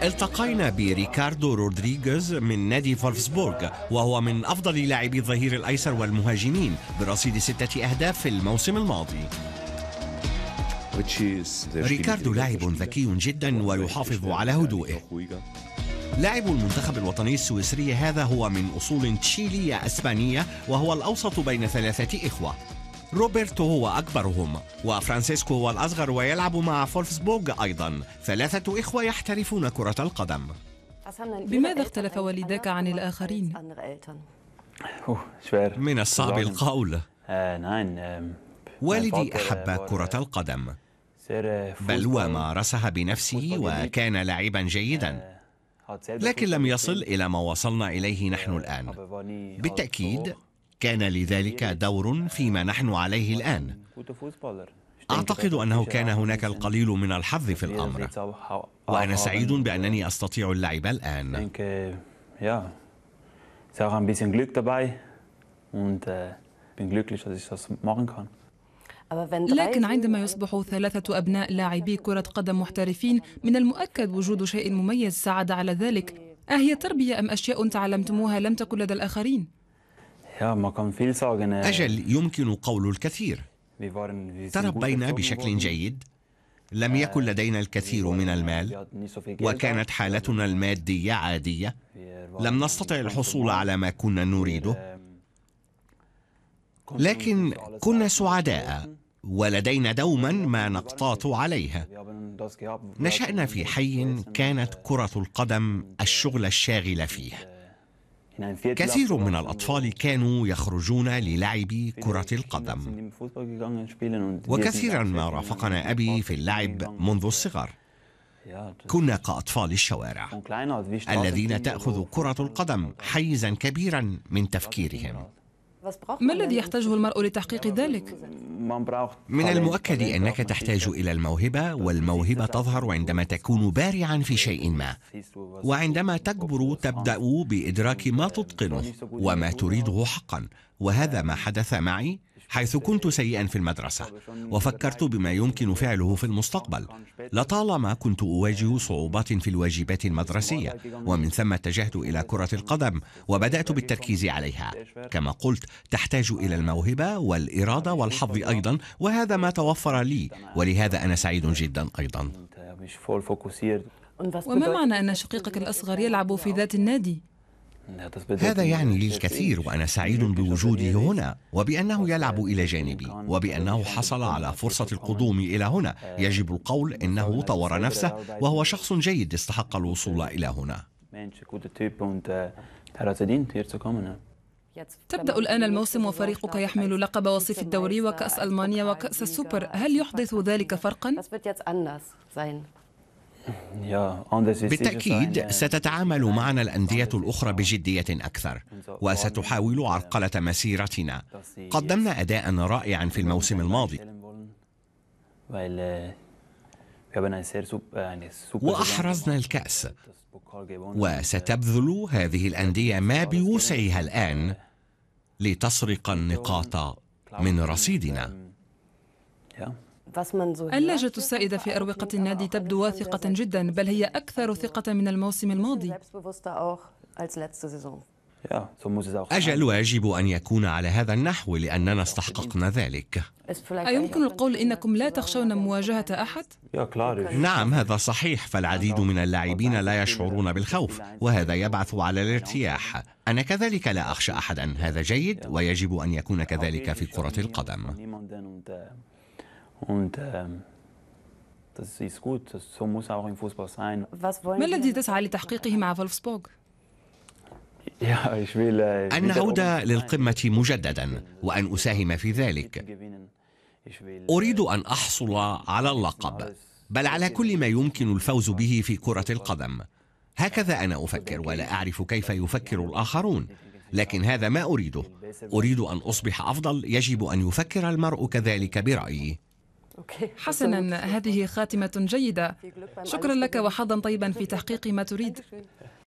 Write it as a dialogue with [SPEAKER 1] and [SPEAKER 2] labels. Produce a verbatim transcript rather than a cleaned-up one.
[SPEAKER 1] التقينا بريكاردو رودريغيز من نادي فولفسبورغ، وهو من أفضل لاعبي الظهير الأيسر والمهاجمين برصيد ستة أهداف في الموسم الماضي. ريكاردو لاعب ذكي جدا ويحافظ على هدوئه. لاعب المنتخب الوطني السويسري هذا هو من أصول تشيلية أسبانية، وهو الأوسط بين ثلاثة إخوة. روبرتو هو أكبرهم، وفرانسيسكو هو الأصغر ويلعب مع فولفسبورغ أيضا. ثلاثة إخوة يحترفون كرة القدم.
[SPEAKER 2] بماذا اختلف والداك عن الآخرين؟
[SPEAKER 1] من الصعب القول. والدي أحب كرة القدم، بل ومارسها بنفسه وكان لاعبا جيدا، لكن لم يصل إلى ما وصلنا إليه نحن الآن. بالتأكيد كان لذلك دور فيما نحن عليه الآن. أعتقد أنه كان هناك القليل من الحظ في الأمر، وأنا سعيد بأنني أستطيع اللعب الآن.
[SPEAKER 2] لكن عندما يصبح ثلاثة أبناء لاعبي كرة قدم محترفين، من المؤكد وجود شيء مميز ساعد على ذلك. أهي تربية أم أشياء تعلمتموها لم تكن لدى الآخرين؟
[SPEAKER 1] أجل، يمكن قول الكثير. تربينا بشكل جيد، لم يكن لدينا الكثير من المال، وكانت حالتنا المادية عادية. لم نستطع الحصول على ما كنا نريده، لكن كنا سعداء، ولدينا دوما ما نقتات عليها. نشأنا في حي كانت كرة القدم الشغل الشاغل فيه. كثير من الأطفال كانوا يخرجون للعب كرة القدم، وكثيرا ما رافقنا أبي في اللعب منذ الصغر. كنا كأطفال الشوارع الذين تأخذ كرة القدم حيزا كبيرا من تفكيرهم.
[SPEAKER 2] ما الذي يحتاجه المرء لتحقيق ذلك؟
[SPEAKER 1] من المؤكد أنك تحتاج إلى الموهبة، والموهبة تظهر عندما تكون بارعا في شيء ما، وعندما تكبر تبدأ بإدراك ما تتقنه وما تريده حقا. وهذا ما حدث معي، حيث كنت سيئا في المدرسة وفكرت بما يمكن فعله في المستقبل. لطالما كنت أواجه صعوبات في الواجبات المدرسية، ومن ثم اتجهت إلى كرة القدم وبدأت بالتركيز عليها. كما قلت، تحتاج إلى الموهبة والإرادة والحظ أيضا، وهذا ما توفر لي، ولهذا أنا سعيد جدا أيضا.
[SPEAKER 2] وما معنى أن شقيقك الأصغر يلعب في ذات النادي؟
[SPEAKER 1] هذا يعني لي الكثير، وأنا سعيد بوجوده هنا، وبأنه يلعب إلى جانبي، وبأنه حصل على فرصة القدوم إلى هنا. يجب القول إنه طور نفسه، وهو شخص جيد استحق الوصول إلى هنا.
[SPEAKER 2] تبدأ الآن الموسم وفريقك يحمل لقب وصيف الدوري وكأس ألمانيا وكأس السوبر. هل يحدث ذلك فرقا؟
[SPEAKER 1] بالتأكيد ستتعامل معنا الأندية الأخرى بجدية أكثر، وستحاول عرقلة مسيرتنا. قدمنا أداء رائعا في الموسم الماضي، وأحرزنا الكأس، وستبذل هذه الأندية ما بوسعها الآن لتسرق النقاط من رصيدنا.
[SPEAKER 2] اللهجة السائدة في أروقة النادي تبدو واثقة جدا، بل هي أكثر ثقة من الموسم الماضي.
[SPEAKER 1] أجل، ويجب أن يكون على هذا النحو لأننا استحققنا ذلك.
[SPEAKER 2] أيمكن القول إنكم لا تخشون مواجهة أحد؟
[SPEAKER 1] نعم، هذا صحيح، فالعديد من اللاعبين لا يشعرون بالخوف، وهذا يبعث على الارتياح. أنا كذلك لا أخشى أحدا، هذا جيد، ويجب أن يكون كذلك في كرة القدم.
[SPEAKER 2] ما الذي تسعى لتحقيقه مع فولفسبورغ؟
[SPEAKER 1] أن نعود للقمة مجددا، وأن أساهم في ذلك. أريد أن أحصل على اللقب، بل على كل ما يمكن الفوز به في كرة القدم. هكذا أنا أفكر، ولا أعرف كيف يفكر الآخرون، لكن هذا ما أريده. أريد أن أصبح أفضل، يجب أن يفكر المرء كذلك برأيي.
[SPEAKER 2] حسنا، هذه خاتمة جيدة. شكرا لك وحظا طيبا في تحقيق ما تريد.